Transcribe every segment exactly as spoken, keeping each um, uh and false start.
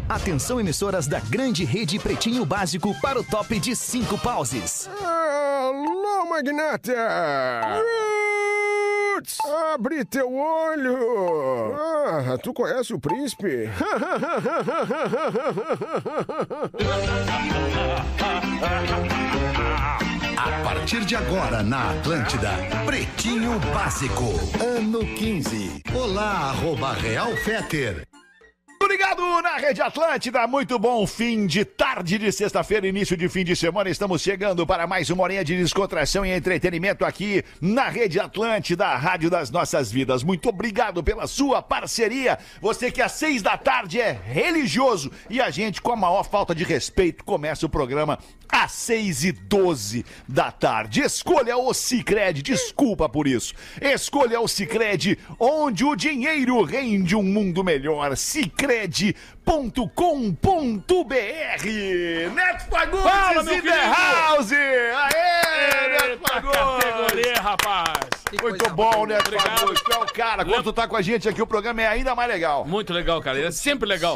Atenção, emissoras da grande rede Pretinho Básico para o top de cinco pauses. Alô, magnata! Roots! Abre teu olho! Ah, tu conhece o príncipe? A partir de agora na Atlântida, Pretinho Básico, ano quinze. Olá, arroba Real Feter. Obrigado na Rede Atlântida, muito bom fim de tarde de sexta-feira, início de fim de semana, estamos chegando para mais uma horinha de descontração e entretenimento aqui na Rede Atlântida, a rádio das nossas vidas. Muito obrigado pela sua parceria, você que às seis da tarde é religioso e a gente com a maior falta de respeito começa o programa às seis e doze da tarde. Escolha o Sicredi, desculpa por isso, escolha o Sicredi, onde o dinheiro rende um mundo melhor. Sicredi ponto com ponto br. Neto Fagundes Fala, meu in querido. the house! Aê, Neto Fagundes! Categoria, rapaz! Que Muito bom, Neto Obrigado. Fagundes, tu é o cara. Quando tu tá com a gente aqui, o programa é ainda mais legal. Muito legal, cara. É sempre legal.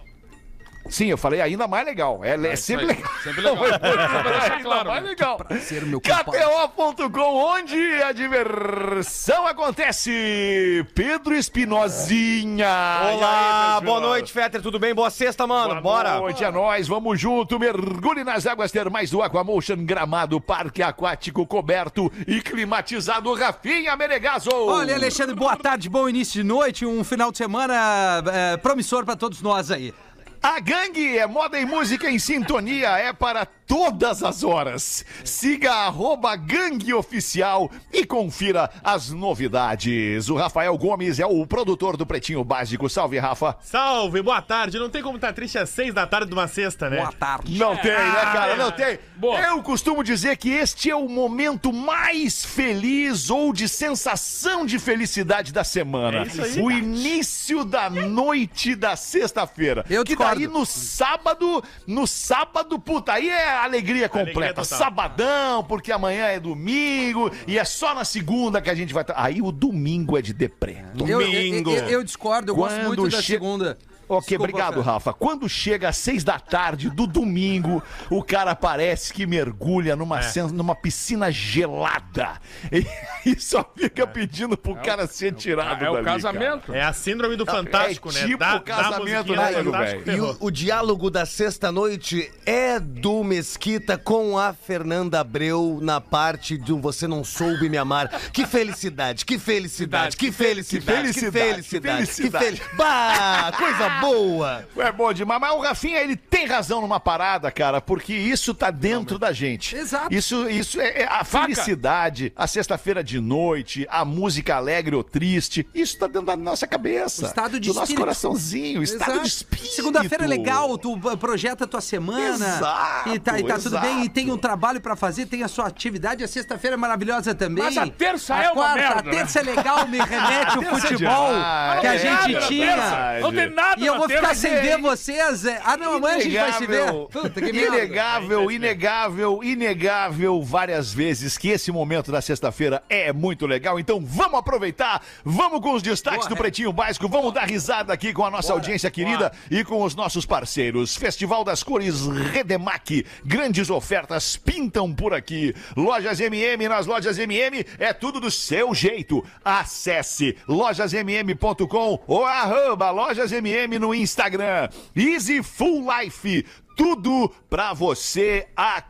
Sim, eu falei ainda mais legal. É, é sempre aí. legal. Sempre legal. Só pra deixar Ainda claro, mais né? legal. Prazer, meu K T compadre. O ponto com, onde a diversão acontece. Pedro Espinozinha. Olá, boa noite, Fetter, tudo bem? Boa sexta, mano, Boa bora! noite, é nóis, vamos junto, mergulhe nas águas termais do Aquamotion, Gramado, parque aquático coberto e climatizado. Rafinha Menegaso. Olha, Alexandre, boa tarde, bom início de noite, um final de semana é, promissor pra todos nós aí. A gangue é moda e música em sintonia, é para todas as horas. Siga arroba gangue oficial e confira as novidades. O Rafael Gomes é o produtor do Pretinho Básico. Salve, Rafa. Salve, boa tarde. Não tem como estar triste às seis da tarde de uma sexta, né? Boa tarde. Não tem, né, cara? Não tem. Boa. Eu costumo dizer que este é o momento mais feliz ou de sensação de felicidade da semana. É isso aí, O cara. início da noite da sexta-feira. Eu Que discordo. daí no sábado, no sábado, puta, aí é alegria completa. Alegria total. Sabadão, porque amanhã é domingo e é só na segunda que a gente vai... Tra... Aí o domingo é de deprê. Eu, eu, Domingo. eu- eu discordo, eu gosto Quando muito da che- segunda. Ok, Desculpa, obrigado, Fer. Rafa. Quando chega às seis da tarde do domingo, o cara parece que mergulha numa, É. sen- numa piscina gelada e, e só fica pedindo pro cara ser tirado É o dali, casamento. É a síndrome do Fantástico, é né? tipo Dá- dá casamento, musiquinha né, do nego Fantástico, velho? E ferrou. o, o diálogo da sexta-noite é do Mesquita com a Fernanda Abreu na parte de um Você Não Soube Me Amar. Que felicidade, que felicidade, que felicidade, que felicidade, felicidade, que que felicidade. felicidade. Bah, coisa boa! É bom demais, mas o Rafinha, ele tem razão numa parada, cara, porque isso tá dentro da gente. Exato. Isso, isso é, é a felicidade, a sexta-feira de noite, a música alegre ou triste, isso tá dentro da nossa cabeça. O estado de do nosso espírito. coraçãozinho, o estado Exato. de espírito. Segunda-feira é legal, tu uh, projeta a tua semana. Exato, E tá, e tá tudo exato. bem, e tem um trabalho pra fazer, tem a sua atividade. A sexta-feira é maravilhosa também. Mas a terça A é uma quarta, merda, A terça é legal, me remete ao terça é futebol demais. que a Não tem gente nada na tinha. terça. Não tem nada E eu na vou ficar terça. sem ver vocês. é, Ah, não, amanhã a gente vai se ver. Inegável, Puta, que merda. inegável, inegável, inegável várias vezes que esse momento da sexta-feira é muito legal. Então vamos aproveitar, vamos com os destaques Boa, do Pretinho Básico, vamos dar risada aqui com a nossa audiência querida e com os nossos parceiros. Festival das Cores Redemac, grandes ofertas pintam por aqui. Lojas M M, nas lojas M M é tudo do seu jeito. Acesse lojas m m ponto com ou arroba lojas M M no Instagram. Easy Full Life, tudo pra você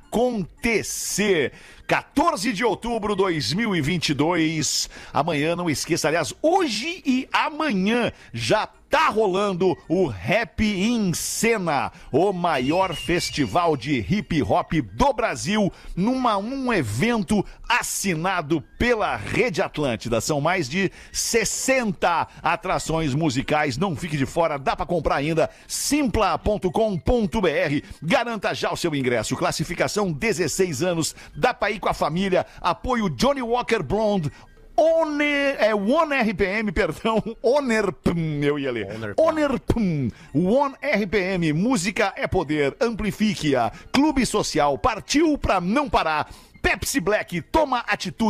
acontecer. quatorze de outubro de dois mil e vinte e dois. Amanhã, não esqueça, aliás, hoje e amanhã já tá rolando o Rap em Cena, o maior festival de hip hop do Brasil, numa um evento assinado pela Rede Atlântida. São mais de sessenta atrações musicais. Não fique de fora, dá pra comprar ainda. simpla ponto com ponto b r. Garanta já o seu ingresso. Classificação dezesseis anos. Dá pra ir com a família. Apoio Johnny Walker Blonde. One, é, One R P M, perdão, Onerpm, eu ia ler. Onerpm, One R P M, música é poder, amplifique-a. Clube Social, partiu pra não parar. Pepsi Black, toma atitude,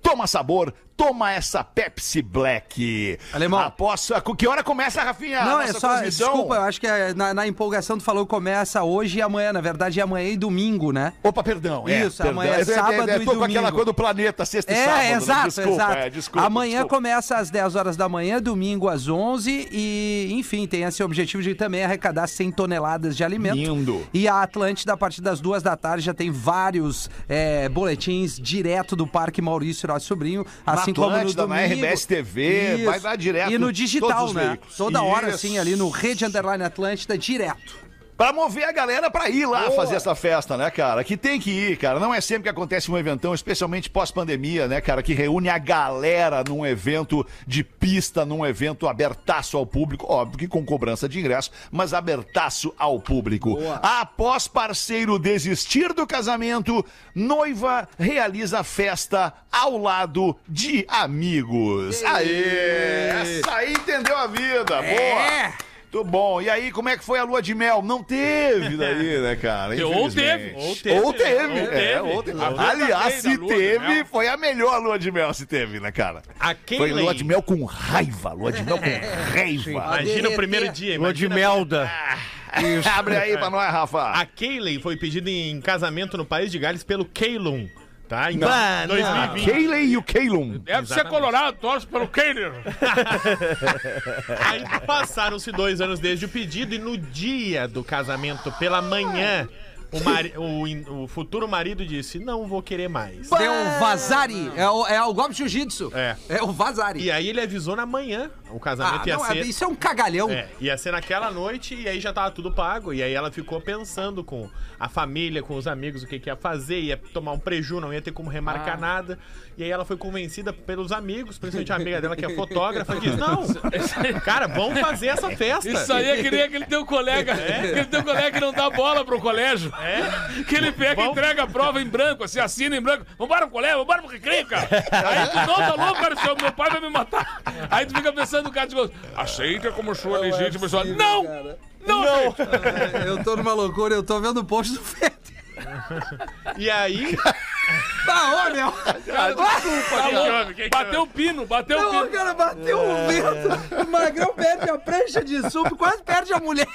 toma sabor, toma essa Pepsi Black. Alemão. Após, que hora começa, Rafinha? a Não, é nossa só, transmissão? desculpa, eu acho que é, na, na empolgação tu falou que começa hoje e amanhã, na verdade é amanhã e domingo, né? Opa, perdão. É, Isso, perdão. amanhã é sábado é, é, e tô com aquela domingo. coisa do planeta, sexta e É, sábado. né? exato, Desculpa, exato. é, desculpa, Amanhã desculpa. começa às dez horas da manhã, domingo às onze e, enfim, tem esse objetivo de também arrecadar cem toneladas de alimento. Lindo. E a Atlântida, a partir das duas da tarde, já tem vários é, boletins direto do Parque Maurício Nosso Sobrinho, assim Na como no Atlântida, domingo. na R B S T V, Isso. vai dar direto. E no todos digital, os né? veículos. Toda hora, Isso. assim, ali no Rede Underline Atlântida, direto. Pra mover a galera pra ir lá fazer essa festa, né, cara? Que tem que ir, cara. Não é sempre que acontece um eventão, especialmente pós-pandemia, né, cara? Que reúne a galera num evento de pista, num evento abertaço ao público. Óbvio que com cobrança de ingresso, mas abertaço ao público. Após parceiro desistir do casamento, noiva realiza festa ao lado de amigos. Aê! Essa aí entendeu a vida. Boa! Muito bom. E aí, como é que foi a lua de mel? Não teve daí, né, cara? Ou Infelizmente. teve. Ou teve. Ou teve. Ou É, teve. ou teve. A lua Aliás, também se da lua de teve, mel. foi a melhor lua de mel se teve, né, cara? A Foi lua Kaylee, de mel com raiva. Lua de mel com raiva. imagina o primeiro dia. Lua de imagina- melda. Abre aí pra nós, Rafa. A Kaylee foi pedida em casamento no país de Gales pelo Keylon, tá? Em Bah, dois mil e vinte. Kaylee e o Keylum. Deve ser colorado, torce pelo Keiler. Aí passaram-se dois anos desde o pedido e no dia do casamento, pela manhã, o, mari- o in- o futuro marido disse, não vou querer mais. Deu o Vazari. É o, é o golpe de jiu-jitsu. É. É o Vazari. E aí ele avisou na manhã, o Ah, casamento ia não, ser... é- isso é um cagalhão. É, ia ser naquela noite e aí já tava tudo pago. E aí ela ficou pensando com a família, com os amigos, o que, que ia fazer, ia tomar um preju, não ia ter como remarcar Ah. nada. E aí ela foi convencida pelos amigos, principalmente a amiga dela que é fotógrafa, que disse, não, cara, vamos fazer essa festa. Isso aí é que nem aquele teu colega. Aquele teu colega que não dá bola pro colégio. É? Que ele pega e Vamos- entrega a prova em branco, assim, assina em branco. Vambora pro colégio, vambora pro recreio, cara. Aí tu não tá louco, cara, seu, meu pai vai me matar. Aí tu fica pensando no cara, tipo, aceita como sua legítima pessoa. Não! Não, não. Eu tô numa loucura, eu tô vendo o post do Fede. E aí, Tá, ô, meu. Tá louco. Bateu o pino, bateu o Não, pino. cara, bateu o vento. O Magrão perde a prancha de suco, quase perde a mulher.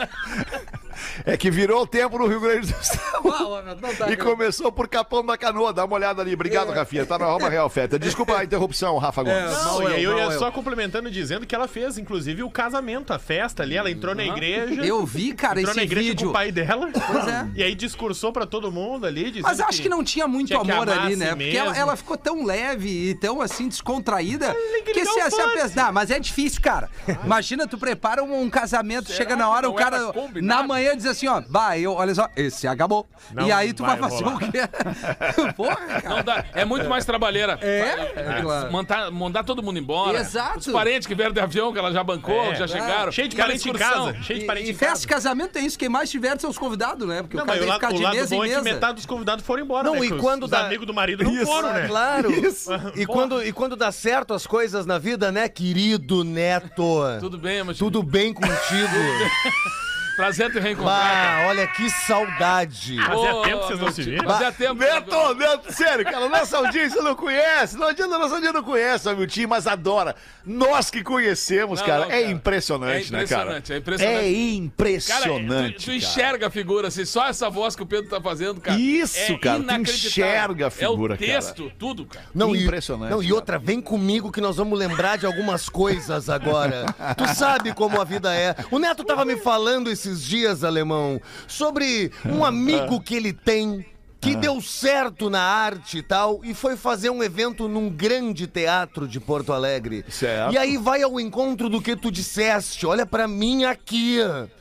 É que virou o tempo no Rio Grande do Sul. Uau, meu, não tá, E começou por Capão da Canoa. Dá uma olhada ali. Obrigado, Rafinha. Tá na arroba Real Feta. Desculpa a interrupção, Rafa Gomes. não, Mal e aí eu, eu ia mal eu. só complementando dizendo que ela fez, inclusive, o casamento, a festa ali. Ela entrou na igreja. Eu vi, cara, entrou esse na igreja com vídeo. o pai dela. Pois é. E aí discursou pra todo mundo ali. dizendo Mas acho que não tinha muito tinha que amor amar ali, a si né? Porque ela, mesmo. ela ficou tão leve e tão assim descontraída que que ligar se, o se a foda-se. pessoa. Não, mas é difícil, cara. Imagina, tu prepara um, um casamento, chega na hora, que o não era cara combinado? na manhã diz assim, ó, vai, eu, olha só, esse acabou. Não e aí tu vai, vai fazer rolar. o quê? Porra, cara. Não dá, é muito mais trabalheira. É? Claro. Mandar, mandar todo mundo embora. Exato. Os parentes que vieram de avião, que ela já bancou, É. que já chegaram. Cheio de Aquela parente em excursão. casa. Cheio de E, parente e em festa casa. de casamento tem isso, quem mais tiver são os convidados, né? Porque Não, o cara mas tem o que ficar lado, de o lado mesa em bom é que mesa. metade dos convidados foram embora, Não, né? e Que os- quando os dá- amigos do marido não foram, né? Claro. E quando, e quando dá certo as coisas na vida, né, querido Neto? Tudo bem, mas Tudo bem contigo? prazer te reencontrar. Ah, olha que saudade. Fazia Ô, tempo que vocês não meu se tio, viram. Fazia tempo. Neto, Neto, sério, cara, nossa audiência não conhece, não adianta, nossa audiência não conhece o Miltinho, mas adora. Nós que conhecemos, Não, cara, não, cara. é impressionante, É né, cara? impressionante, é impressionante. É Cara, impressionante, tu, tu cara. enxerga a figura, assim, só essa voz que o Pedro tá fazendo, cara. Isso, é cara, tu inacreditável. enxerga a figura, É o texto, tudo, cara. Não, e- Impressionante, Não, e cara. outra, vem comigo que nós vamos lembrar de algumas coisas agora. Tu sabe como a vida é. O Neto tava me falando esses dias, alemão, sobre um amigo que ele tem que deu certo na arte e tal, e foi fazer um evento num grande teatro de Porto Alegre. Certo. E aí vai ao encontro do que tu disseste. Olha pra mim aqui.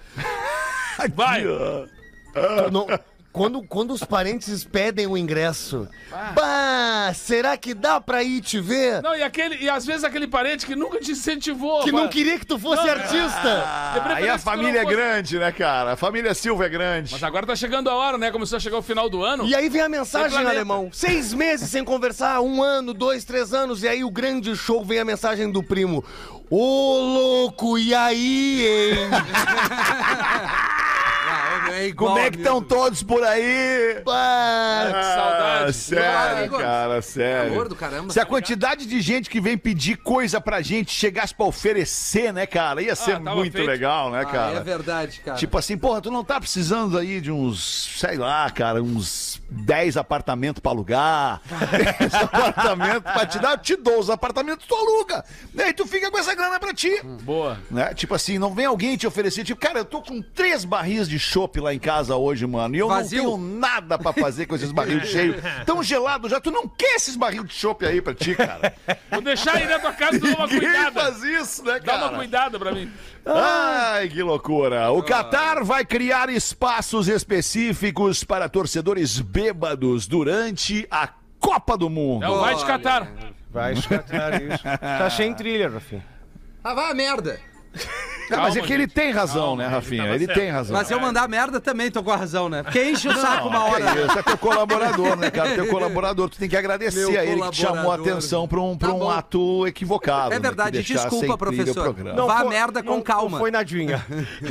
Vai! Tu não- Quando, quando os parentes pedem o ingresso, bah, será que dá pra ir te ver? Não, e, aquele, e às vezes aquele parente que nunca te incentivou. Que não vai. queria que tu fosse Não, artista. De preferência Aí que a tu família é não fosse- grande, né, cara? A família Silva é grande. Mas agora tá chegando a hora, né? Começou a chegar o final do ano. E aí vem a mensagem, planeta. alemão. Seis meses sem conversar, um ano, dois, três anos, e aí o grande show vem a mensagem do primo. Ô, louco, e aí, hein? Ah, é é igual, Como é que estão amigo. todos por aí? Ah, Que saudade. Ah, sério, Igor. cara, sério. Calor do caramba. Se a quantidade de gente que vem pedir coisa pra gente chegasse pra oferecer, né, cara? Ia ser tava muito feito. legal, né, Ah, cara? é verdade, cara. Tipo assim, porra, tu não tá precisando aí de uns, sei lá, cara, uns dez apartamentos pra alugar. dez apartamentos pra te dar, eu te dou os apartamentos, tu aluga. E aí tu fica com essa grana pra ti. Boa. Né? Tipo assim, não vem alguém te oferecer, tipo, cara, eu tô com três barris de chopp lá em casa hoje, mano, e eu Vazio. não tenho nada pra fazer com esses barris cheios. Tão gelado já, tu não quer esses barris de chopp aí pra ti, cara. Vou deixar aí na tua casa, tu dá uma Ninguém cuidada. faz isso, né, Dá cara? uma cuidada pra mim. Ai, que loucura. O Qatar vai criar espaços específicos para torcedores bêbados durante a Copa do Mundo. É o vai de Catar. Vai escatar isso. Tá sem trilha, Rafinha. Ah, vai a merda. Não, mas é Calma, que ele gente. tem razão, Calma, né, ele Rafinha? tava Ele certo. tem razão. Mas se eu mandar merda também tô com a razão, né? Porque enche o saco uma hora. É isso, é teu colaborador, né, cara? Teu colaborador. Tu tem que agradecer Meu a ele que te chamou a colaborador. atenção pra um, pra Tá um bom. ato equivocado. É né, verdade, que deixar desculpa, sem trilha o professor. programa. Vá a foi- merda com não- calma. Não foi nadinha.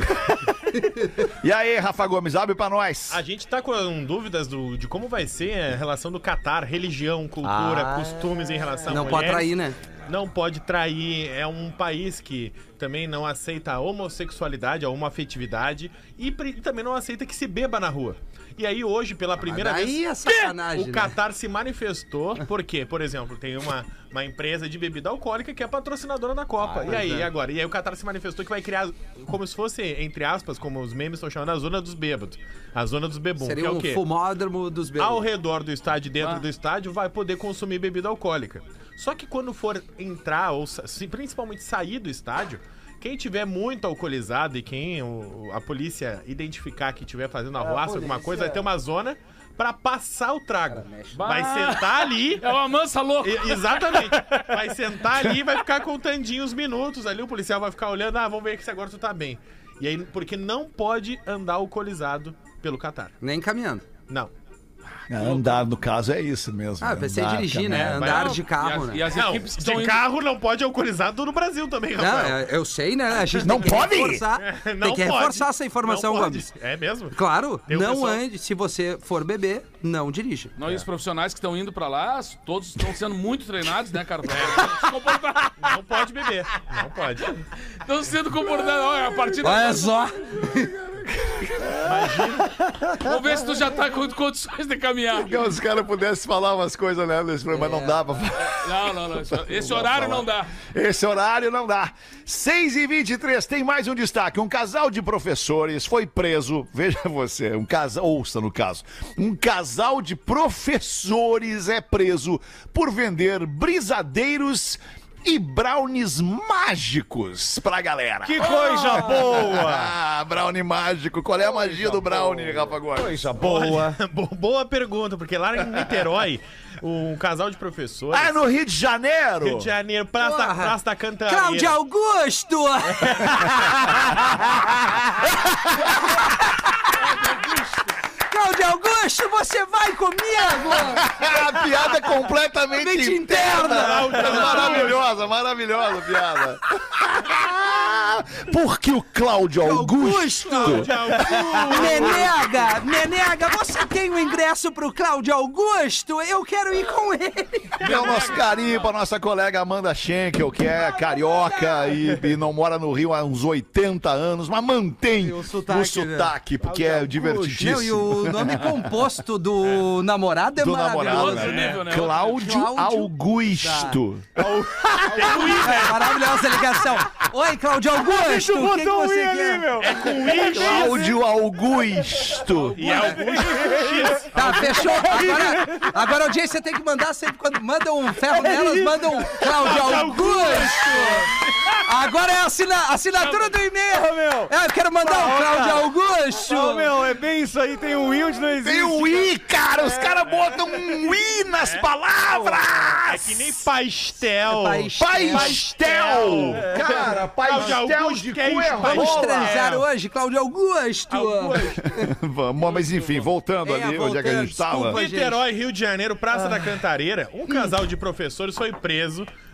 E aí, Rafa Gomes, abre pra nós. A gente tá com dúvidas do, de como vai ser a relação do Catar, religião, cultura, Ah. costumes em relação Não a pode mulheres. trair, né? Não pode trair. É um país que também não aceita a homossexualidade, a homoafetividade e pri- também não aceita que se beba na rua. E aí hoje, pela primeira Daí vez, é sacanagem, o né? Qatar se manifestou, porque, por exemplo, tem uma, uma empresa de bebida alcoólica que é patrocinadora da Copa. e aí, agora? E aí o Qatar se manifestou que vai criar, como se fosse, entre aspas, como os memes estão chamando, a zona dos bêbados. A zona dos bebum, que é Seria o um quê? fumódromo dos Ao bebês. redor do estádio, dentro Ah. do estádio, vai poder consumir bebida alcoólica. Só que quando for entrar, ou sa- se- principalmente sair do estádio, quem tiver muito alcoolizado e quem o- a polícia identificar que estiver fazendo arruaça, alguma coisa, vai ter uma zona pra passar o trago. Vai sentar ali. É uma mansa louca. e- Exatamente. Vai sentar ali e vai ficar contandinho os minutos ali. O policial vai ficar olhando, ah, vamos ver se agora tu tá bem. E aí, porque não pode andar alcoolizado pelo Qatar. Nem caminhando. Não. Andar, no caso, é isso mesmo. Ah, pensei em Andar, dirigir, né? caminhar. Andar Não, de e carro, as, né? E as Não, equipes que estão de indo... carro não pode alcoolizado no Brasil também, Não, Rafael. é- eu sei, né? A gente Não tem que pode? reforçar. Não tem que pode. reforçar essa informação, Não pode. Gomes. É mesmo? Claro, Tem um não pessoal- ande. Se você for beber, não dirija. Não, e os profissionais que estão indo pra lá, todos estão sendo muito treinados, né, cara? Pra se comportar. Não pode beber. Não pode. Estão sendo comportados. Olha, a partir da... Olha só. Vamos ver se tu já tá com condições de caminhar. Que os caras pudessem falar umas coisas, né, Luiz? Mas não dá pra falar. Não, não, não. Esse horário não dá. Esse horário não dá. seis e vinte e três, tem mais um destaque. Um casal de professores foi preso. Veja você, um casal, ouça no caso. Um casal de professores é preso por vender brisadeiros e brownies mágicos pra galera. Que coisa boa! Ah, brownie mágico. Qual é a magia do brownie, Rafa Gomes? Coisa boa. Bo- Boa pergunta, porque lá em Niterói, um casal de professores. Ah, no Rio de Janeiro? Rio de Janeiro, Praça, Porra. Praça da Cantareira. Cláudio Augusto! Cláudio Augusto, você vai comigo! A piada é completamente Mente interna. interna. É maravilhosa, maravilhosa a piada. Porque o Cláudio Augusto... Augusto! Menega, Menega, você tem o ingresso pro Cláudio Augusto? Eu quero ir com ele. Dá o nosso carinho pra nossa colega Amanda Schenkel, que é carioca e, e não mora no Rio há uns oitenta anos, mas mantém o o sotaque, sotaque, né? porque é divertidíssimo. Não, e o nome composto do namorado é Do maravilhoso. namorado, né? né? né? Cláudio Cláudio- Augusto. É maravilhosa a ligação. Oi, Cláudio Augusto, o que, que você quer? É com isso. Cláudio Augusto. E Augusto X. Tá, fechou. Agora, agora a audiência tem que mandar sempre quando mandam um ferro nelas, mandam um Cláudio Augusto. Agora é a assina- assinatura do e-mail. Ô, meu. É, eu quero mandar um Cláudio Augusto. Ô, meu, é bem isso aí. Tem um Will, não existe. Tem o I, cara! Os caras botam um I nas palavras! É que nem pastel. Pastel! Cara, pastel Augusto, de que é cu é isso? Vamos rola. transar hoje, Cláudio Augusto. Vamos, mas enfim, voltando É, ali, onde é que a voltando, gente estava? desculpa. Niterói, Rio de Janeiro, Praça da Cantareira, um casal de professores foi preso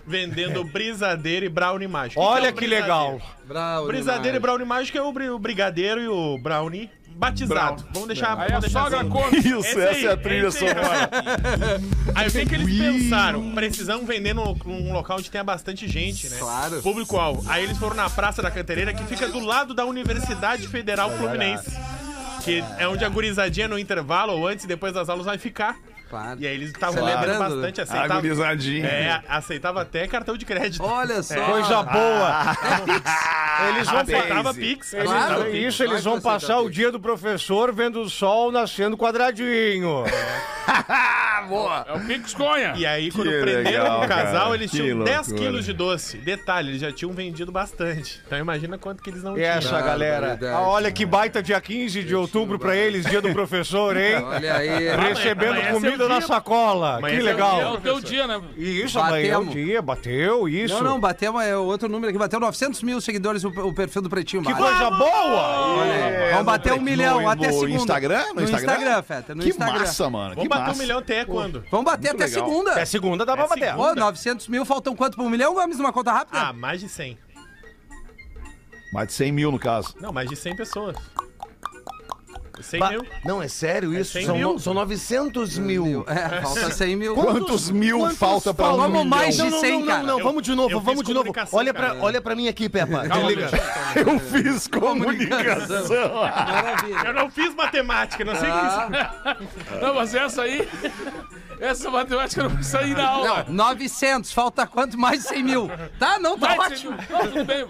vendendo brisadeiro e brownie mágico. Olha é o que brisadeiro? legal. Brownie, Brisadeiro e mas- brownie mágico é o, bri- o brigadeiro e o brownie batizado. Brown. Vamos deixar, Aí a vamos deixar sogra assim. come. Isso, Esse essa aí, é a trilha esse aí. sonora. Aí o que, que eles pensaram? Precisamos vender num, num local onde tenha bastante gente, né? Claro. Público-alvo. Aí eles foram na Praça da Cantareira, que fica do lado da Universidade Federal Fluminense. Que é onde a gurizadinha no intervalo, ou antes e depois das aulas, vai ficar. Claro. E aí eles estavam Celebrando, vendendo bastante, aceitava. Agonizadinho. É, aceitava até cartão de crédito. Olha só. Coisa boa. Eles vão Aceitava pa- Pix. Eles- Claro. Isso, eles vão Claro que passar o dia do professor vendo o sol nascendo quadradinho. Boa. É o Pix Conha. E aí, quando Que prenderam legal, o casal, cara. eles Que tinham dez loucura. quilos de doce. Detalhe, eles já tinham vendido bastante. Então imagina quanto que eles não E tinham. essa galera. Barbaridade. Ah, olha que baita dia quinze de outubro pra eles, dia do professor, hein? Olha aí. Recebendo amanhã é comida seu na dia. sacola. Amanhã Que é seu É legal. o teu dia, né? E isso, amanhã é o Batemos. dia, bateu, isso. Não, não, bateu é outro número aqui. Bateu novecentos mil seguidores o, o perfil do Pretinho Que Básico. coisa boa! Olha aí. É, Vamos no bater um pre- milhão no- até no segunda. Instagram? No No Instagram? Instagram, Feta. No Que Instagram. massa, mano. Vamos Que bater um massa. milhão até quando? Vamos bater até legal. segunda. É segunda, dá pra É bater. segunda. Ô, novecentos mil, faltam quanto pra um milhão, Gomes, numa conta rápida? Ah, mais de cem. Mais de cem mil, no caso. Não, mais de cem pessoas. cem Ba- mil? Não, é sério isso? cem São, mil. no- são noventos mil. É, falta cem mil. Quantos mil quantos falta pra um Vamos milhão? mais de Não, não, cem, não, cara. não, não, Eu- vamos de novo, eu vamos fiz de novo. comunicação, Olha pra, cara. olha pra mim aqui, Peppa. Calma, Liga. Eu fiz comunicação. Maravilha. Eu não fiz matemática, não sei o que Ah, isso. Não, mas essa aí... Essa matemática não precisa ir na aula. não, novecentos, falta quanto? Mais de cem mil. Tá, não, tá Vai, ótimo. Não, tudo bem.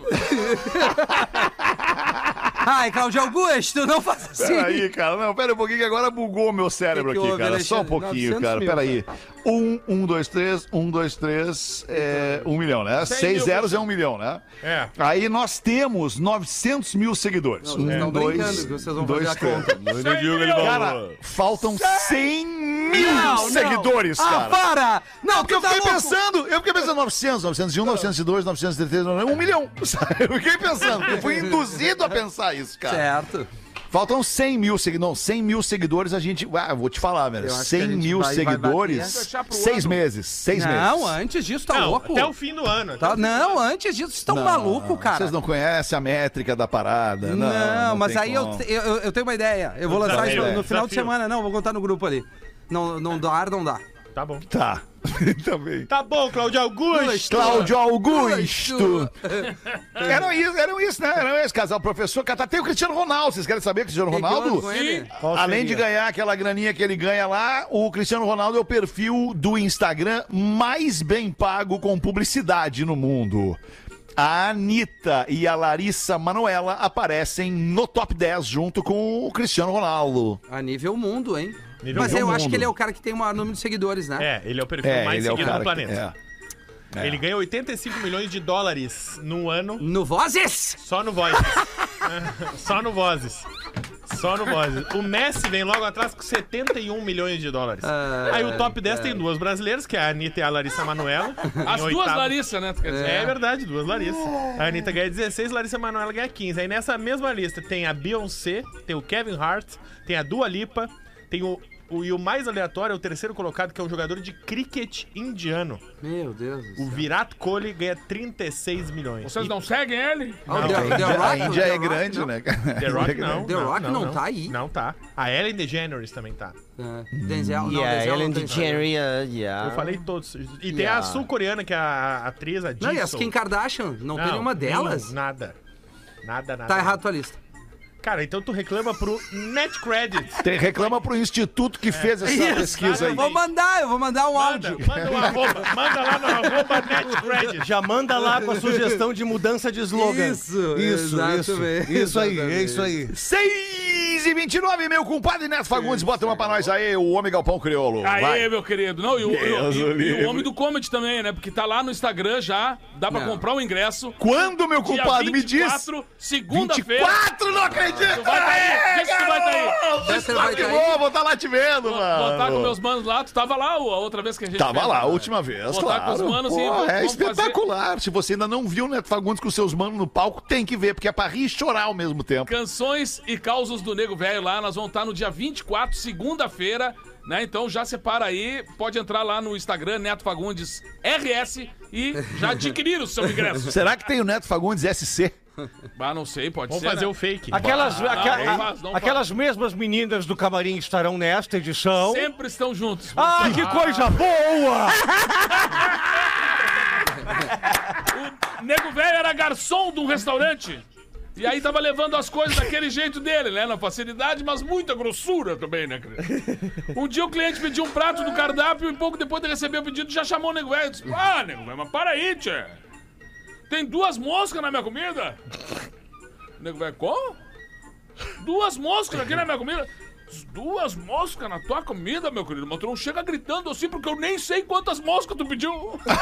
Ai, Cláudio Augusto, não faça assim. Peraí, cara. Não, pera um pouquinho que agora bugou meu cérebro Que que aqui, houve, cara. Só um Alexandre? pouquinho, novecentos cara. mil, Peraí. Um, um, dois, três, um, dois, três, é, um milhão, né? cem Seis mil zeros é um milhão, né? É. Aí nós temos novecentos mil seguidores. Não, vocês estão um, dois, brincando que vocês vão dois, fazer a três. conta. Cara, faltam cem mil Não, não. seguidores, Ah, cara. para! Não, Porque tu eu tá fiquei louco. pensando, eu fiquei pensando novecentos, novecentos e um, novecentos e dois, novecentos e três, um milhão. Sabe? Eu fiquei pensando, eu fui induzido a pensar isso, cara. Certo. Faltam cem mil seguidores. cem mil seguidores a gente. Ah, eu vou te falar, velho. Eu acho que a cem gente mil vai- vai seguidores. bater. Deixar pro Seis ano. meses. Seis Não, meses. antes disso, tá Não, louco? até o fim do ano. Tá- não, antes disso, vocês estão malucos, cara. Vocês não conhecem a métrica da parada. Não, Não, não mas tem aí eu, como. eu, eu tenho uma ideia. Eu vou lançar Desafio, isso no, no final de desafio. semana. Não, vou contar no grupo ali. Não, não dá, não dá. Tá bom. Tá. Também. Tá bom, Cláudio Augusto. Cláudio Augusto. Eram isso, eram isso, né? Eram esse casal professor. Cara, tem o Cristiano Ronaldo. Vocês querem saber o Cristiano Que que Ronaldo? houve com ele? Qual Além seria? de ganhar aquela graninha que ele ganha lá, o Cristiano Ronaldo é o perfil do Instagram mais bem pago com publicidade no mundo. A Anitta e a Larissa Manoela aparecem no top dez junto com o Cristiano Ronaldo. A nível mundo, hein? Nível Mas eu mundo. acho que ele é o cara que tem o maior número de seguidores, né? É, ele é o perfil É, mais ele é o seguido cara do planeta. que, é. Ele ganha oitenta e cinco milhões de dólares no ano No Vozes! só no Vozes. Só no Vozes. Só no Vozes. O Messi vem logo atrás com setenta e um milhões de dólares. Ah, Aí o top dez tem duas brasileiras, que é a Anitta e a Larissa Manoela. As em duas oitavo. Larissa, né? tu quer dizer? É verdade, duas Larissa. A Anitta ganha dezesseis, Larissa Manoela ganha quinze. Aí nessa mesma lista tem a Beyoncé, tem o Kevin Hart, tem a Dua Lipa, tem o, o, e o mais aleatório é o terceiro colocado, que é um jogador de cricket indiano. Meu Deus do O céu. Virat Kohli ganha trinta e seis milhões. Vocês não seguem ele? Ah, o Não, The- a The Índia, Rock- a Índia The é Rock, grande, não. né, cara? The Rock não. The Rock não tá aí. Não tá. A Ellen DeGeneres também tá. É. Denzel, não, Yeah, Denzel Ellen não tem. DeGeneres, yeah. Eu falei todos. E tem Yeah. a sul-coreana, que é a atriz, a Não, e as Jisoo. Kim Kardashian? Não, tem nenhuma delas? nenhum, Nada. Nada, nada. Tá errado a tua lista. Cara, então tu reclama pro NetCredit. Tem, reclama pro instituto que fez essa Isso, pesquisa aí. Eu vou mandar, eu vou mandar um Manda, áudio. manda um arroba. Manda lá no arroba NetCredit. Já manda lá com a sugestão de mudança de slogan. Isso, Isso, isso. exatamente, Isso aí, é exatamente. isso aí. seis e vinte e nove, meu compadre Neto Fagundes, bota uma pra nós aí, o Homem Galpão Crioulo. Aí, Vai. meu querido. Não, e o, e o- Deus e- o e livre. o homem do comedy também, né? Porque tá lá no Instagram já, dá pra Não. comprar o ingresso. Quando, meu compadre, Dia me diz? vinte e quatro, segunda-feira. vinte e quatro, não acredito! Tu vai tá aí, diz que tu vai tá aí. Dessa Diz que parceiro vai Que estar bom, aí. vou estar lá te vendo, Vou mano. estar com meus manos lá. Tu tava lá a outra vez que a gente Tava fez, lá, a né? última vez, Vou claro. estar com os manos Pô, e vamos- é vamos espetacular. Se você ainda não viu o Neto Fagundes com seus manos no palco, tem que ver, porque é pra rir e chorar ao mesmo tempo. Canções e causos do Nego Velho lá. Nós vamos estar no dia vinte e quatro, segunda-feira, né? Então já separa aí. Pode entrar lá no Instagram, Neto Fagundes R S, e já adquirir o seu ingresso. Será que tem o Neto Fagundes S C? Ah, não sei, pode Vamos ser. fazer né? o fake. Aquelas, Bah, aque- não faz, não aquelas mesmas meninas do camarim estarão nesta edição. Sempre estão juntos. Ah, que coisa boa! O Nego Velho era garçom de um restaurante. E aí tava levando as coisas daquele jeito dele, né? Na facilidade, mas muita grossura também, né, cara? Um dia o cliente pediu um prato do cardápio e pouco depois de receber o pedido já chamou o Nego Velho e disse: Ah, Nego Velho, mas para aí, tchê. Tem duas moscas na minha comida? O Nego Velho, como? Duas moscas aqui na minha comida? Duas moscas na tua comida, meu querido? Mas tu não chega gritando assim porque eu nem sei quantas moscas tu pediu.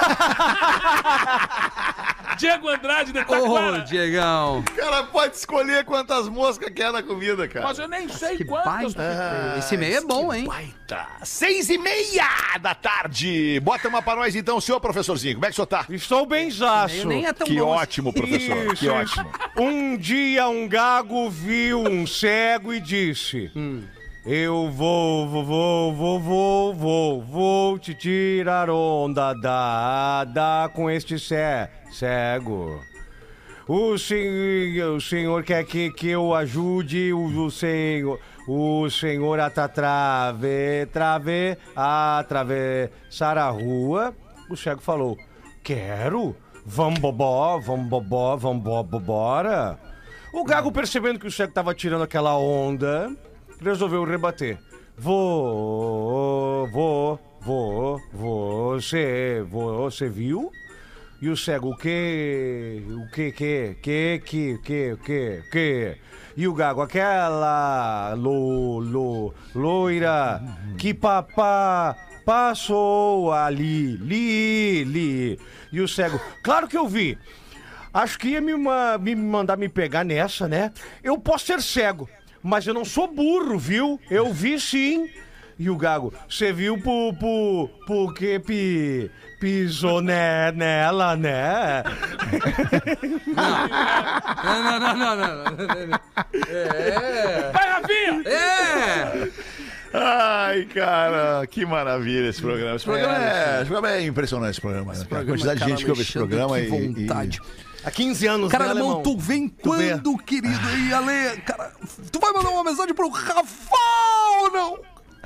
Diego Andrade de Ô, Taquara. Diegão. O cara pode escolher quantas moscas quer na comida, cara. Mas eu nem sei Que quantas. baita. Esse e-mail é bom, hein? Baita. Seis e meia da tarde. Bota uma pra nós então, senhor professorzinho. Como é que o senhor tá? Estou benzaço. Eu nem é tão Que bom. ótimo, professor. Isso, que isso. ótimo. Um dia um gago viu um cego e disse: Eu vou, vou, vou, vou, vou, vou, vou te tirar onda dada com este cé, cego. O senhor, o senhor quer que, que eu ajude o, o senhor, o senhor a tra- trave, trave, a atravessar a rua? O cego falou: Quero. Vamos bobó, vamos bobó, vamos bobó, bora. O gago, percebendo que o cego tava tirando aquela onda, resolveu rebater. Vou, vou, vou, você, você viu? E o cego, o que, o que, que, que, que, que, que, que? E o gago, aquela lo, lo, loira que papá passou ali, li, li. E o cego, claro que eu vi. Acho que ia me, ma- me mandar me pegar nessa, né? Eu posso ser cego, mas eu não sou burro, viu? Eu vi sim. E o gago, você viu por, por, porque pi, pisou né, nela, né? Não, não, não, não, não. É. Vai, Rafinha! É. Ai, cara, que maravilha esse programa. Esse programa é, esse programa é impressionante, esse programa. Né? A quantidade de gente que ouve esse programa que e, vontade. Há quinze anos, Cara, né, alemão, alemão? tu vem Tu vê. quando, querido? E Ale, cara, tu vai mandar uma mensagem pro Rafa ou não?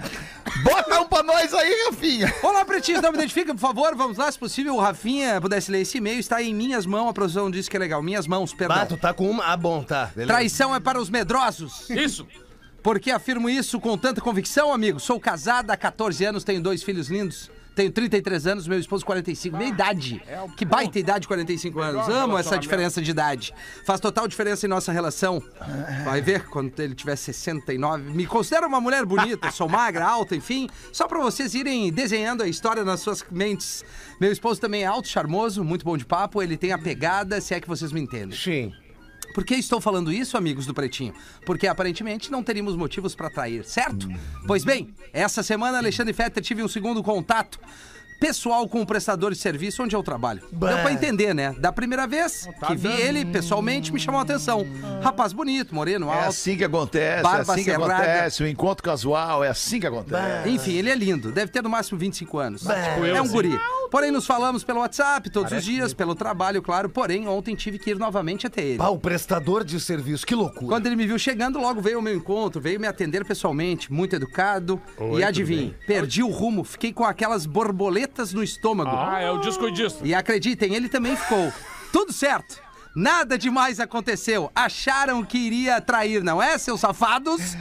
Bota um pra nós aí, Rafinha. Olá, pretinhos, não me identifica, por favor, vamos lá, se possível, o Rafinha pudesse ler esse e-mail, está em minhas mãos, a produção disse que é legal, minhas mãos, perdão. Ah, tu tá com uma... Ah, bom, tá. Beleza. Traição é para os medrosos. Isso. Por que afirmo isso com tanta convicção, amigo? Sou casada há catorze anos, tenho dois filhos lindos. Tenho trinta e três anos, meu esposo quarenta e cinco. Minha idade. Que baita idade, quarenta e cinco anos. Amo essa diferença de idade. Faz total diferença em nossa relação. Vai ver quando ele tiver sessenta e nove. Me considero uma mulher bonita, sou magra, alta, enfim. Só pra vocês irem desenhando a história nas suas mentes. Meu esposo também é alto, charmoso, muito bom de papo. Ele tem a pegada, se é que vocês me entendem. Sim. Por que estou falando isso, amigos do Pretinho? Porque aparentemente não teríamos motivos para trair, certo? Pois bem, essa semana Alexandre Fetter tive um segundo contato pessoal com o prestador de serviço onde eu trabalho. Deu pra entender, né? Da primeira vez que vi ele pessoalmente me chamou a atenção. Rapaz bonito, moreno, É alto. assim que acontece, é Barba assim que cerrada. acontece. O encontro casual é assim que acontece. Enfim, ele é lindo. Deve ter no máximo vinte e cinco anos. eu, É um assim. guri. Porém, nos falamos pelo WhatsApp todos os dias, pelo trabalho, claro. Porém, ontem tive que ir novamente até ele. Ah, o prestador de serviço, que loucura. Quando ele me viu chegando, logo veio ao meu encontro, veio me atender pessoalmente, muito educado. Oi, e adivinhe, perdi o rumo, fiquei com aquelas borboletas no estômago. Ah, é o descuidista. E acreditem, ele também ficou. Tudo certo. Nada demais aconteceu. Acharam que iria trair, não é, seus safados?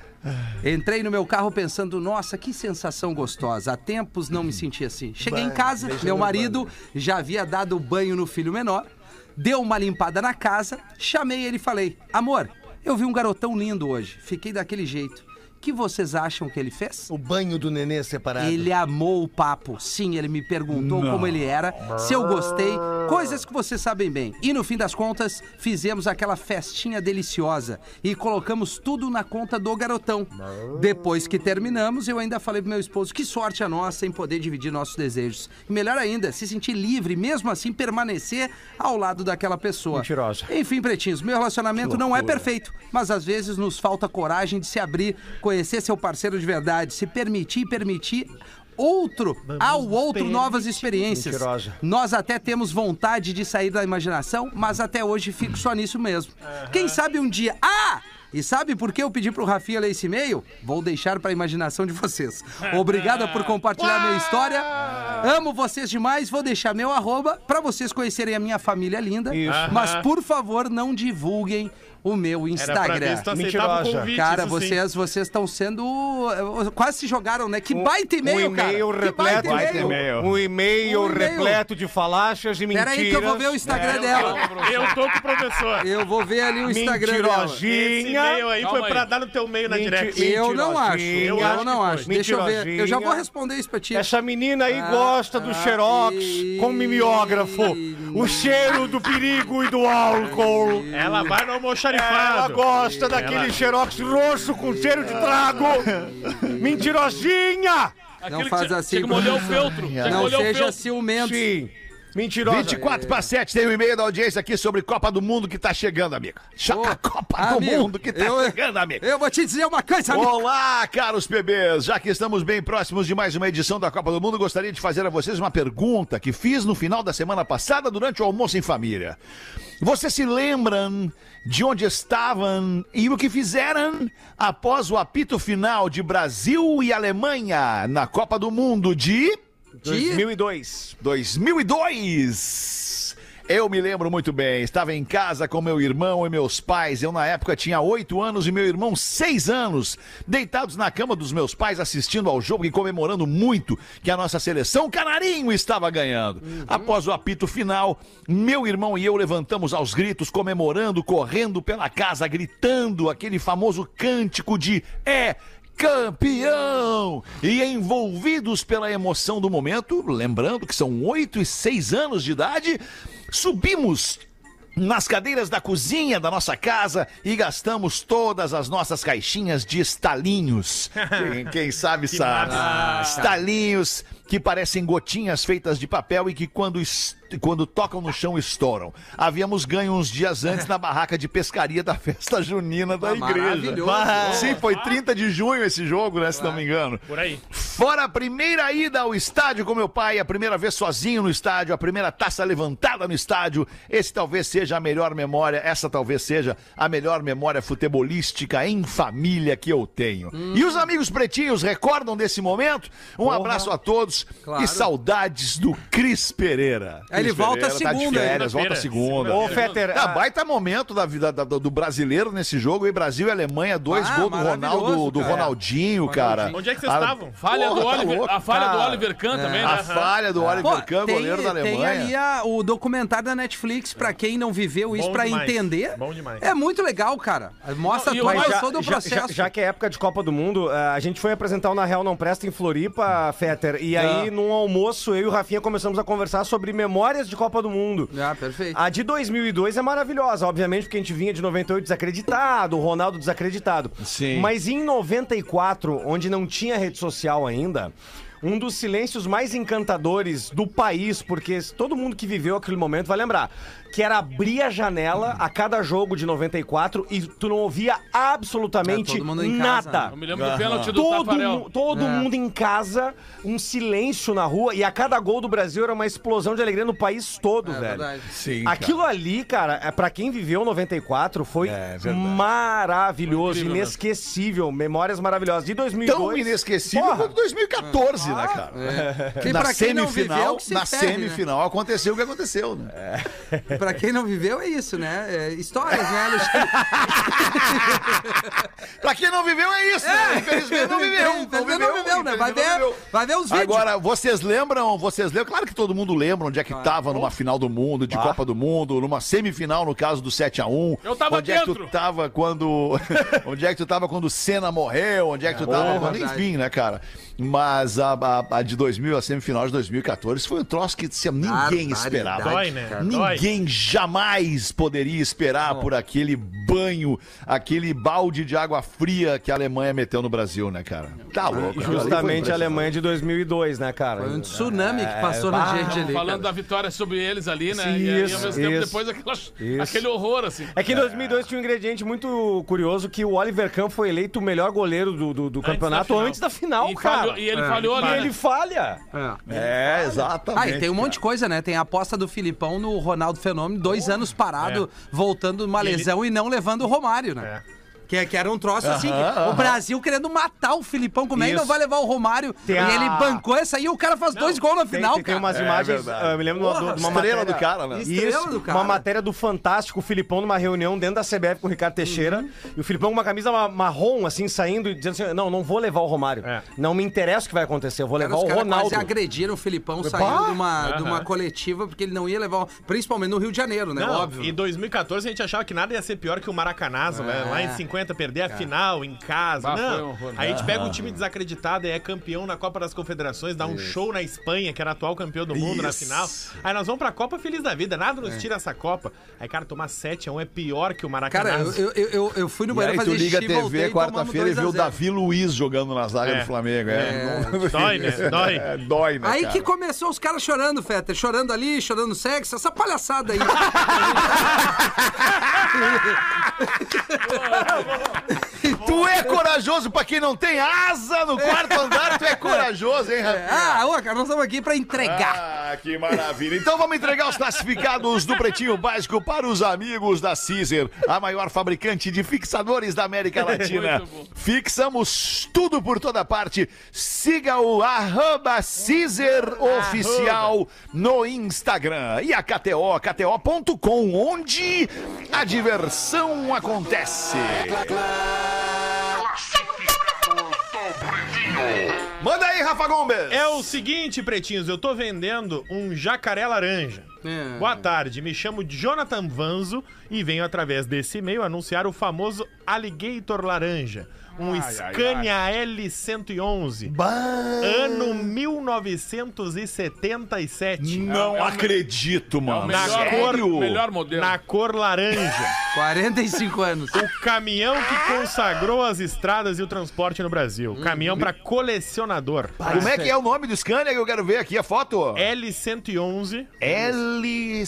Entrei no meu carro pensando, nossa, que sensação gostosa. Há tempos não me senti assim. Cheguei em casa, meu marido já havia dado banho no filho menor, deu uma limpada na casa, chamei ele e falei, amor, eu vi um garotão lindo hoje, fiquei daquele jeito. que vocês acham que ele fez? O banho do nenê separado. Ele amou o papo. Sim, ele me perguntou como ele era, se eu gostei, coisas que vocês sabem bem. E no fim das contas, fizemos aquela festinha deliciosa e colocamos tudo na conta do garotão. Depois que terminamos, eu ainda falei pro meu esposo que sorte a nossa em poder dividir nossos desejos. E melhor ainda, se sentir livre, mesmo assim permanecer ao lado daquela pessoa. Mentirosa. Enfim, pretinhos, meu relacionamento não é perfeito, mas às vezes nos falta coragem de se abrir, conhecer seu parceiro de verdade, se permitir e permitir outro, ao outro novas experiências. Mentirosa. Nós até temos vontade de sair da imaginação, mas até hoje fico só nisso mesmo. Quem sabe um dia... Ah! E sabe por que eu pedi pro Rafinha ler esse e-mail? Vou deixar pra imaginação de vocês. Obrigada por compartilhar minha história. Amo vocês demais. Vou deixar meu arroba pra vocês conhecerem a minha família linda. Isso. Mas, por favor, não divulguem o meu Instagram. Era pra ver se tu aceitava o Mentirosa. convite, Cara, isso sim. vocês vocês estão sendo... Quase se jogaram, né? Que baita e-mail, um cara. e-mail Que repleto, baita e-mail. um e-mail Um e-mail. repleto de falácias e mentiras. Pera aí que eu vou ver o Instagram dela. Eu tô com o professor. Eu vou ver ali o Instagram dela. Esse Mentirosinha. e-mail aí Calma foi aí. pra dar no teu meio na Menti- direct. Eu não acho. Mentirosinha. Eu, Eu acho não que acho. foi. Deixa eu ver. Eu já vou Mentirosinha. responder isso pra ti. Essa menina aí Ah, gosta do ah, xerox e- com mimeógrafo. O cheiro do perigo e do álcool. Ela vai no Ela almoxarifado. gosta daquele xerox roxo com cheiro de trago. Mentirosinha. Aquele faz que tinha- assim Tinha que com- molhar o feltro. Tinha que Não molhar o seja feltro. ciumento. Sim. Mentirosa. vinte e quatro para sete, tem um e-mail da audiência aqui sobre Copa do Mundo que tá chegando, amigo. Ô, A Copa do amigo, Mundo que tá eu- chegando, amigo. Eu vou te dizer uma coisa, amigo. Olá, caros P Bs. Já que estamos bem próximos de mais uma edição da Copa do Mundo, gostaria de fazer a vocês uma pergunta que fiz no final da semana passada durante o almoço em família. Vocês se lembram de onde estavam e o que fizeram após o apito final de Brasil e Alemanha na Copa do Mundo de dois mil e dois. dois mil e dois? Eu me lembro muito bem, estava em casa com meu irmão e meus pais. Eu, na época, tinha oito anos e meu irmão, seis anos, deitados na cama dos meus pais, assistindo ao jogo e comemorando muito que a nossa seleção canarinho estava ganhando. Após o apito final, meu irmão e eu levantamos aos gritos, comemorando, correndo pela casa, gritando aquele famoso cântico de é campeão! E envolvidos pela emoção do momento, lembrando que são oito e seis anos de idade, subimos nas cadeiras da cozinha da nossa casa e gastamos todas as nossas caixinhas de estalinhos. Quem, quem sabe sabe. Estalinhos que parecem gotinhas feitas de papel e que quando, est- quando tocam no chão estouram. Havíamos ganho uns dias antes na barraca de pescaria da festa junina da Ah, igreja. maravilhoso. Sim, foi trinta de junho esse jogo, né, se não me engano. Por aí. Fora a primeira ida ao estádio com meu pai, a primeira vez sozinho no estádio, a primeira taça levantada no estádio, esse talvez seja a melhor memória, essa talvez seja a melhor memória futebolística em família que eu tenho. Hum. E os amigos pretinhos recordam desse momento? Um abraço a todos Claro. e saudades do Cris Pereira. Ele Cris volta Pereira tá de segunda, férias, volta segunda. Ô, Fetter, Tá, ah, baita momento da vida da- do brasileiro nesse jogo, e Brasil e Alemanha, dois Ah, gols do maravilhoso, Ronaldo, do cara. Ronaldinho, cara. Onde é que vocês A- estavam? Falha Porra, do tá Oliver, louco, a falha do cara. Oliver Kahn também, A né? falha do Oliver Pô, Kahn, tem, goleiro da tem Alemanha. ali a- o documentário da Netflix, pra quem não viveu isso, Bom pra demais, entender. bom demais. É muito legal, cara. Mostra Não, e o todo, mais- já, todo o já- processo. já- já que é época de Copa do Mundo, a gente foi apresentar o Na Real Não Presta em Floripa, Fetter, e aí Ah. num almoço eu e o Rafinha começamos a conversar sobre memórias de Copa do Mundo. Ah, perfeito. A de dois mil e dois é maravilhosa, obviamente, porque a gente vinha de noventa e oito desacreditado, o Ronaldo desacreditado. Sim. Mas em noventa e quatro, onde não tinha rede social ainda, um dos silêncios mais encantadores do país, porque todo mundo que viveu aquele momento vai lembrar, que era abrir a janela a cada jogo de noventa e quatro e tu não ouvia absolutamente É, todo mundo em casa, nada. Eu me lembro do pênalti do Todo, Tafarel. mu- todo É. mundo em casa, um silêncio na rua, e a cada gol do Brasil era uma explosão de alegria no país todo, É velho. verdade. Sim, Aquilo ali, cara, é, pra quem viveu noventa e quatro, foi É, verdade. maravilhoso, Foi incrível, inesquecível, memórias maravilhosas. De dois mil e dois... Tão inesquecível Porra. quanto dois mil e quatorze, né, cara? É. Que Na pra quem não semifinal, viveu, que se na ferre, semifinal aconteceu o que aconteceu, né? né? Pra quem não viveu, é isso, né? É, histórias, né, Alexandre? Pra quem não viveu, é isso, né? Infelizmente não viveu. Infelizmente não viveu, né? Vai infelizmente não ver, viveu. vai ver os vídeos. Agora, vocês lembram, vocês lembram, claro que todo mundo lembra onde é que tava numa final do mundo, de Copa do Mundo, numa semifinal, no caso do sete a um. Eu tava onde é que tu dentro. tava quando... onde é que tu tava quando o Senna morreu, onde é que tu tava quando... verdade. Enfim, né, cara? Mas a, a, a de dois mil, a semifinal de dois mil e quatorze foi um troço que assim, ninguém Barbaridade. esperava. Dói, né? Dói. Ninguém jamais poderia esperar por aquele banho, aquele balde de água fria que a Alemanha meteu no Brasil, né, cara? Tá louco. Justamente a Alemanha de dois mil e dois, né, cara? Foi um tsunami que passou na gente ali. Falando cara. da vitória sobre eles ali, né? Sim, e aí, isso, ao mesmo tempo, isso, depois aquela, isso. aquele horror, assim. É que em dois mil e dois tinha um ingrediente muito curioso que o Oliver Kahn foi eleito o melhor goleiro do, do, do campeonato final. antes da final, E cara. falhou- e ele É. falhou E ali, ele né? falha. É. É, exatamente. Ah, e tem um monte de coisa, né? Tem a aposta do Filipão no Ronaldo Fenômeno, dois anos parado, voltando de uma lesão e não levando o Romário, né? Que, que era um troço assim, que o Brasil querendo matar o Filipão, como é que Isso. não vai levar o Romário? Tem E a- ele bancou essa aí e o cara faz dois gols na Tem, final, tem, tem cara. umas É imagens, verdade. ah, eu me lembro de uma- Porra, de uma estrela matéria... do cara, né? Estrela Isso, do cara. uma matéria do Fantástico, o Filipão numa reunião dentro da C B F com o Ricardo Teixeira, Uhum. e o Filipão com uma camisa ma- marrom, assim, saindo e dizendo assim, não, não vou levar o Romário. É. Não me interessa o que vai acontecer, eu vou Cara, levar os o caras Ronaldo. quase agrediram o Filipão saindo de uma, de uma coletiva, porque ele não ia levar, o- principalmente no Rio de Janeiro, né? Não, Óbvio. em dois mil e quatorze a gente achava que nada ia ser pior que o Maracanazo, né? Lá em cinquenta, perder a final em casa. Bah, foi um Não. horror, né? A gente pega um time desacreditado e é campeão na Copa das Confederações, dá um show na Espanha, que era atual campeão do mundo na Isso. final. Aí nós vamos pra Copa feliz da vida, nada nos tira essa Copa. Aí, cara, tomar sete a um é pior que o Cara, Maracanazo. eu, eu, eu, eu fui no E banheiro aí tu fazer liga a xixi, voltei T V e tomamos quarta-feira e dois a vê o zero. Davi Luiz jogando na zaga É. do Flamengo. É. Dói, né? Dói. É, dói, né, Aí cara? que começou os caras chorando, Fetter. Chorando ali, chorando sexo, essa palhaçada aí. Tu é corajoso pra quem não tem asa no quarto andar, tu é corajoso, hein, Rafinha? ah, ô, cara, nós estamos aqui pra entregar. Ah, que maravilha. Então vamos entregar os classificados do Pretinho Básico para os amigos da Caesar, a maior fabricante de fixadores da América Latina. Muito bom. Fixamos tudo por toda parte. Siga o arroba Caesar Oficial no Instagram. E a K T O, K T O ponto com, onde a diversão acontece. Manda aí, Rafa Gomes. É o seguinte, pretinhos, eu tô vendendo um jacaré laranja. É. Boa tarde, me chamo Jonathan Vanzo e venho através desse e-mail anunciar o famoso Alligator laranja. Um Ai, Scania L cento e onze, ano mil novecentos e setenta e sete. Não acredito, mano. melhor- Sério? melhor modelo. Na cor laranja. quarenta e cinco anos. O caminhão que consagrou as estradas e o transporte no Brasil. Caminhão pra colecionador. Como é que é o nome do Scania que eu quero ver aqui a foto? L cento e onze, L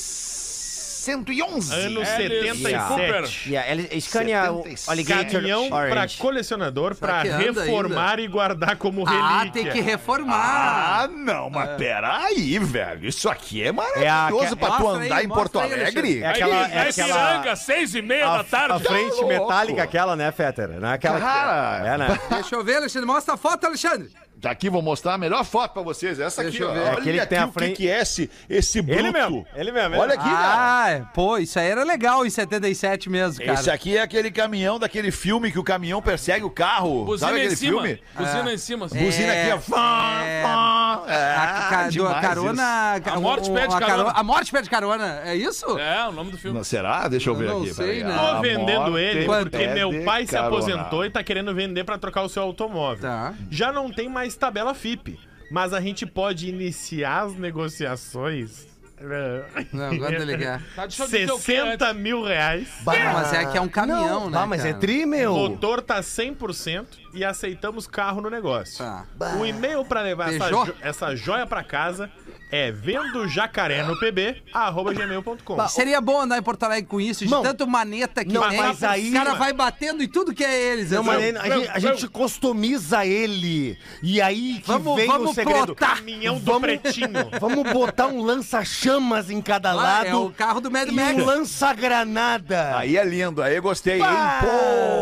cento e onze. ano L setenta e Cooper. sete. Yeah, ele- Scania setenta e seis. Alligator Caminhão pra Orange. colecionador Será pra que anda reformar e guardar como relíquia. Ah, tem que reformar. Ah, não, mas peraí, velho. Isso aqui é maravilhoso É a- pra tu mostra andar aí, em Porto mostra aí, Alegre. É aquela- Aí, é aí aquela- Piranga, seis e meia da A, tarde. a frente Tá louco. metálica aquela, né, Fetter? Não é aquela que- Cara. É, né? Deixa eu ver, Alexandre. Mostra a foto, Alexandre. Aqui vou mostrar a melhor foto pra vocês. Essa aqui, Deixa eu ó. ver. Olha Aquele que tem aqui a o frente- que, que é esse, esse bruto. Ele mesmo, ele mesmo. Olha aqui, cara. Ah, é. Pô, isso aí era legal em setenta e sete mesmo, cara. Esse aqui é aquele caminhão daquele filme que o caminhão persegue o carro. Buzina Sabe em aquele cima. filme? Buzina em cima. Buzina aqui, ó. Fá, é. fá. É, A, ca- do- demais carona. A morte o- pede a carona. A morte pede carona. É isso? É, o nome do filme. Não, será? Deixa eu ver Eu não aqui. sei, peraí. né? Tô A vendendo morte ele Quanto? porque meu pede pai se carona. aposentou e tá querendo vender pra trocar o seu automóvel. Tá. Já não tem mais tabela F I P, mas a gente pode iniciar as negociações. Não, quanto ele quer? Tá, deixa eu dizer o que sessenta mil reais. Bah, mas é que é um caminhão, né? Ah, mas é cara? tri, O meu. motor tá cem por cento e aceitamos carro no negócio. Tá. O e-mail pra levar essa, Beijou? jo- essa joia pra casa é vendo jacaré no pb arroba gmail ponto com. Seria bom andar em Porto Alegre com isso, de Não. tanto maneta que Não, tem. mas aí- Os caras vai batendo em tudo que é eles. Não, assim. mas a, gente, a gente customiza ele. E aí que Vamos- vem vamos o segredo. plotar. Caminhão do Vamos- pretinho. Vamos botar um lança-chamas em cada Ah, lado. é o carro do Mad e Max. um lança-granada. Aí é lindo, aí eu gostei, hein? Pá! Pô!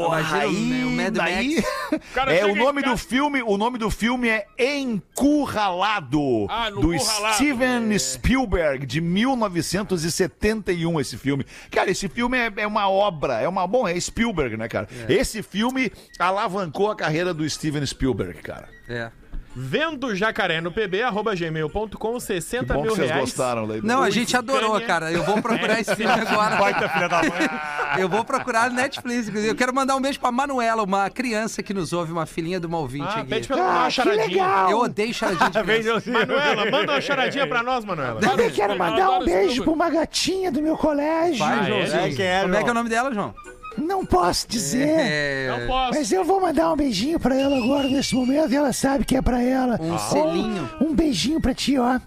Porra, Imagina aí, o Mad daí... Cara, É, chega o em nome casa- do filme, o nome do filme é Encurralado, Ah, no do Curralado. Steven Spielberg, de mil novecentos e setenta e um, esse filme. Cara, esse filme é, é uma obra, é uma... Bom, é Spielberg, né, cara? Esse filme alavancou a carreira do Steven Spielberg, cara. É. Vendo Jacaré no pb, arroba gmail ponto com, Que sessenta bom que mil vocês reais. gostaram daí. Não, a Ui, gente adorou, picanha. cara. Eu vou procurar esse filme agora. Baita filha da mãe. Eu vou procurar no Netflix. Eu quero mandar um beijo pra Manuela, uma criança que nos ouve, uma filhinha do Malvinte Ah, aqui. pede pra ela mandar uma charadinha. Eu odeio charadinha de criança. Manuela, manda uma charadinha pra nós, Manuela. Também quero mandar um beijo pra uma gatinha do meu colégio. Vai, Ah, é, Joãozinho. gente? Como é que é o nome dela, João? Não posso dizer. É... Não posso. eu vou mandar um beijinho pra ela agora, nesse momento, e ela sabe que é pra ela. Um selinho. Um beijinho pra ti, ó.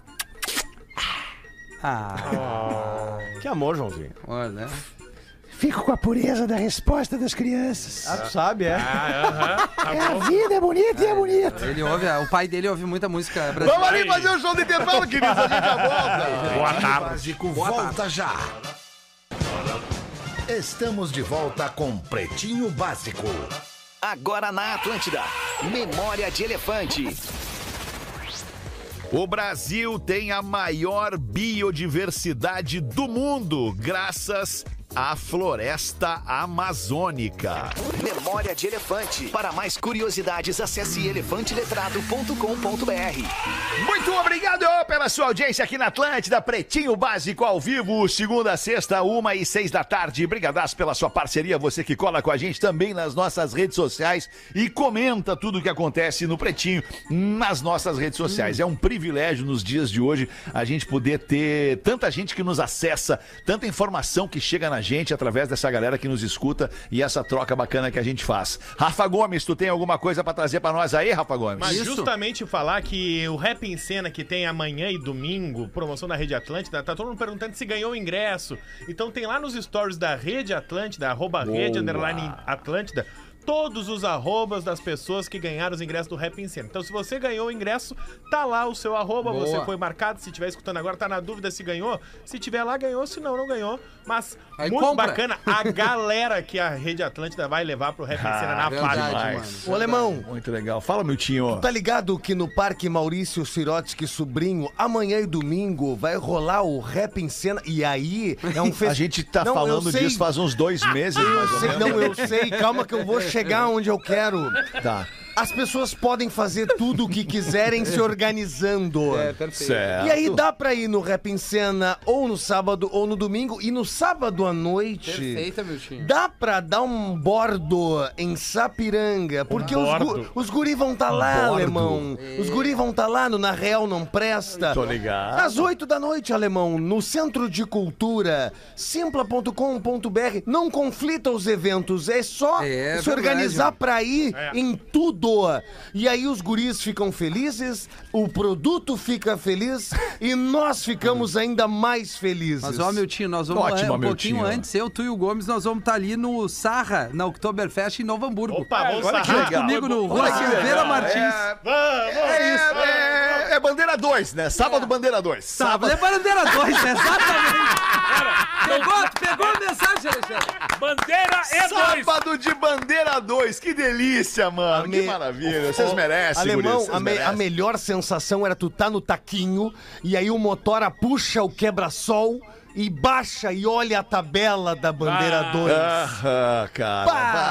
Ah, Que amor, Joãozinho. olha, né? Fico com a pureza da resposta das crianças. Ah, tu sabe, é. Ah, aham. Tá É a bom. vida, é bonita e é bonita. Ele ouve, o pai dele ouve muita música Vamos brasileira. ali fazer o show do intervalo, queridos. A gente já volta. Boa tarde. Básico volta já. Estamos de volta com Pretinho Básico. Agora na Atlântida, Memória de Elefante. O Brasil tem a maior biodiversidade do mundo, graças à floresta amazônica. Memória de Elefante. Para mais curiosidades, acesse elefante letrado ponto com ponto b r. Muito obrigado pela sua audiência aqui na Atlântida, Pretinho Básico ao vivo, segunda a sexta, uma e seis da tarde. Brigadaço pela sua parceria, você que cola com a gente também nas nossas redes sociais e comenta tudo o que acontece no Pretinho nas nossas redes sociais. É um privilégio nos dias de hoje a gente poder ter tanta gente que nos acessa, tanta informação que chega na gente através dessa galera que nos escuta e essa troca bacana que a gente faz. Rafa Gomes, tu tem alguma coisa pra trazer pra nós aí, Rafa Gomes? Mas Isso. justamente falar que o Rap em Cena que tem amanhã e domingo, promoção da Rede Atlântida, tá todo mundo perguntando se ganhou o ingresso. Então tem lá nos stories da Rede Atlântida, arroba Rede Underline Atlântida, todos os arrobas das pessoas que ganharam os ingressos do Rap em Cena. Então se você ganhou o ingresso, tá lá o seu arroba, Boa. você foi marcado, se estiver escutando agora, tá na dúvida se ganhou. Se tiver lá, ganhou, se não, não ganhou. Mas Aí muito compra. bacana a galera que a Rede Atlântida vai levar pro Rap em Cena na verdade, faixa. mano. Ô, Alemão, Muito legal. Fala, Miltinho. tá ligado que no Parque Maurício Sirotsky Sobrinho, amanhã e domingo, vai rolar o Rap em Cena? E aí, é um festival. A gente tá Não, falando eu sei. disso faz uns dois meses, mais ou Sei- menos. não, eu sei, calma que eu vou chegar onde eu quero. Tá. As pessoas podem fazer tudo o que quiserem se organizando. É, perfeito. Certo. E aí dá pra ir no Rap em Cena ou no sábado ou no domingo. E no sábado à noite Perfeita, meu time. dá pra dar um bordo em Sapiranga. Porque os, gu- bordo. os guri vão tá lá, bordo. alemão. Os guri vão tá lá no Na Real Não Presta. Tô ligado. Às oito da noite, alemão, no Centro de Cultura, simpla ponto com ponto b r. Não conflita os eventos, é só É se verdade, organizar mano. pra ir É. em tudo. E aí os guris ficam felizes, o produto fica feliz e nós ficamos ainda mais felizes. Mas, ó, meu tio, nós vamos Ótimo, é, um meu pouquinho tio. antes, eu, tu e o Gomes, nós vamos estar ali no Sarra, na Oktoberfest em Novo Hamburgo. Opa, vamos olha que sarrar. legal. Comigo no Rua Olha que Silveira legal. Martins. É, Vamos! é, é, é bandeira dois, né? Sábado, bandeira dois. Sábado é bandeira dois, né? Exatamente. Pegou, pegou a mensagem, Alexandre? Bandeira é dois. Sábado de bandeira dois. Que delícia, mano. A Que me- maravilha. Vocês Ô, merecem, Alemão, guris, vocês a, me- a merecem. melhor sensação era tu tá no taquinho e aí o motora puxa o quebra-sol e baixa e olha a tabela da bandeira Ah. dois. Ah, cara.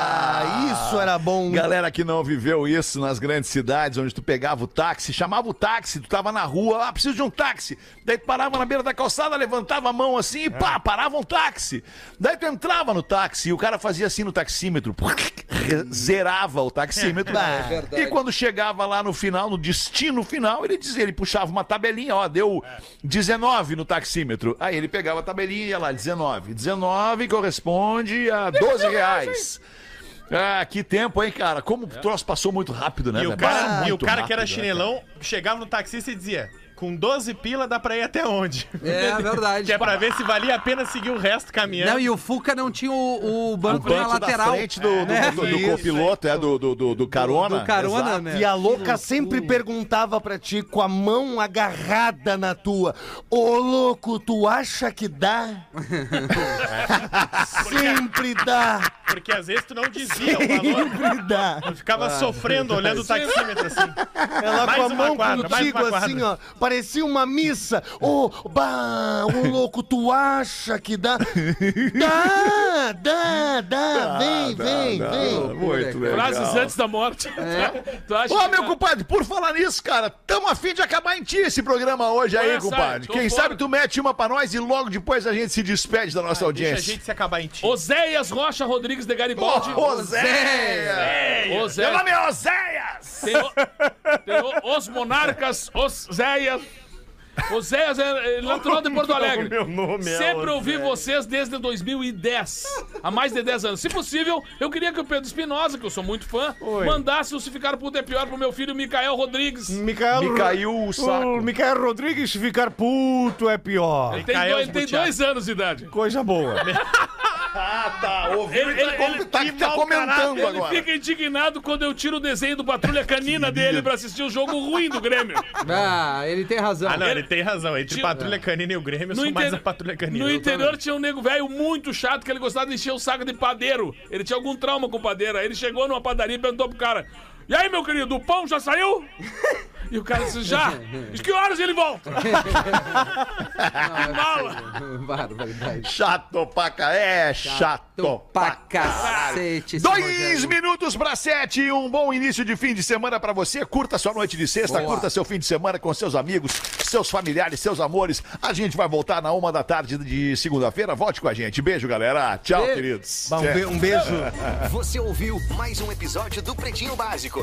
Pá, isso era bom. Galera que não viveu isso nas grandes cidades, onde tu pegava o táxi, chamava o táxi, tu tava na rua, ah, preciso de um táxi. Daí tu parava na beira da calçada, levantava a mão assim e pá, parava um táxi. Daí tu entrava no táxi e o cara fazia assim no taxímetro, zerava o taxímetro. É verdade. E quando chegava lá no final, no destino final, ele dizia, ele puxava uma tabelinha, ó, deu dezenove no taxímetro. Aí ele pegava a tabelinha e ia lá, dezenove. dezenove corresponde a doze reais. Ah, que tempo, hein, cara? Como o troço passou muito rápido, né? E o velho? cara, Passou e o muito cara que era rápido, né, chinelão chegava no taxista e dizia: com doze pila dá pra ir até onde? É verdade. Que é pra ver se valia a pena seguir o resto caminhando. Não, e o Fuca não tinha o, o banco, O banco na lateral. da frente do, do, É, do, do isso, copiloto, é, do, do, do, do carona. Do carona, Exato. né? E a louca sempre perguntava pra ti, com a mão agarrada na tua: ô louco, tu acha que dá? Sempre dá. Porque às vezes tu não dizia o valor. Sempre dá. Tu ficava sofrendo, olhando o taxímetro assim. Ela Mais com a uma mão quadra, mais contigo uma quadra. assim, ó. Parecia uma missa. Ô, bah, ô louco, tu acha que dá? Dá, dá, dá. Vem, vem, vem. Muito legal. Frases antes da morte. Tu acha Ô, que- meu compadre, por falar nisso, cara, tamo a fim de acabar em ti esse programa hoje aí, Olha, compadre. sai, tô Quem fora. sabe tu mete uma pra nós e logo depois a gente se despede da nossa Deixa a audiência. gente se acabar em ti. Oséias Rocha Rodrigues de Garibaldi. Ô, Oséia! Meu Oséias. nome é Oséias! Tem, o- tem o- os monarcas, Oséias. Oséias é é natural de Porto Alegre. Meu nome é Sempre ouvi Oséias. vocês desde dois mil e dez. Há mais de dez anos. Se possível, eu queria que o Pedro Espinosa, que eu sou muito fã, mandasse o Se Ficar Puto é Pior pro meu filho Micael Rodrigues. Micael, Me caiu o saco. O Micael Rodrigues, se ficar puto é pior. Ele tem, Micael dois, ele tem Esbuteado. dois anos de idade. Coisa boa. Ah, tá. Ouviu Ele- e tá, ele- com- ele- tá, que tá mau comentando caráter. agora. Ele fica indignado quando eu tiro o desenho do Patrulha Canina dele pra assistir o jogo ruim do Grêmio. Ah, ele tem razão. Ah, não, Ele- ele tem razão. Entre Tio- Patrulha Canina e o Grêmio, eu No, sou mais inter- a Patrulha Canina. no Eu tô- interior tinha um nego velho muito chato que ele gostava de encher o saco de padeiro. Ele tinha algum trauma com padeiro. Aí ele chegou numa padaria e perguntou pro cara: e aí, meu querido, o pão já saiu? E o cara disse: já. E que horas ele volta? Mala. Barbaridade. Chato pra ca... É, chato Pra pra cacete. esse Dois Rogério. minutos para sete, um bom início de fim de semana para você. Curta sua noite de sexta, Boa. curta seu fim de semana com seus amigos, seus familiares, seus amores. A gente vai voltar na uma da tarde de segunda-feira. Volte com a gente. Beijo, galera. Tchau, Beijo. queridos. Bah, um, be- um beijo. Você ouviu mais um episódio do Pretinho Básico.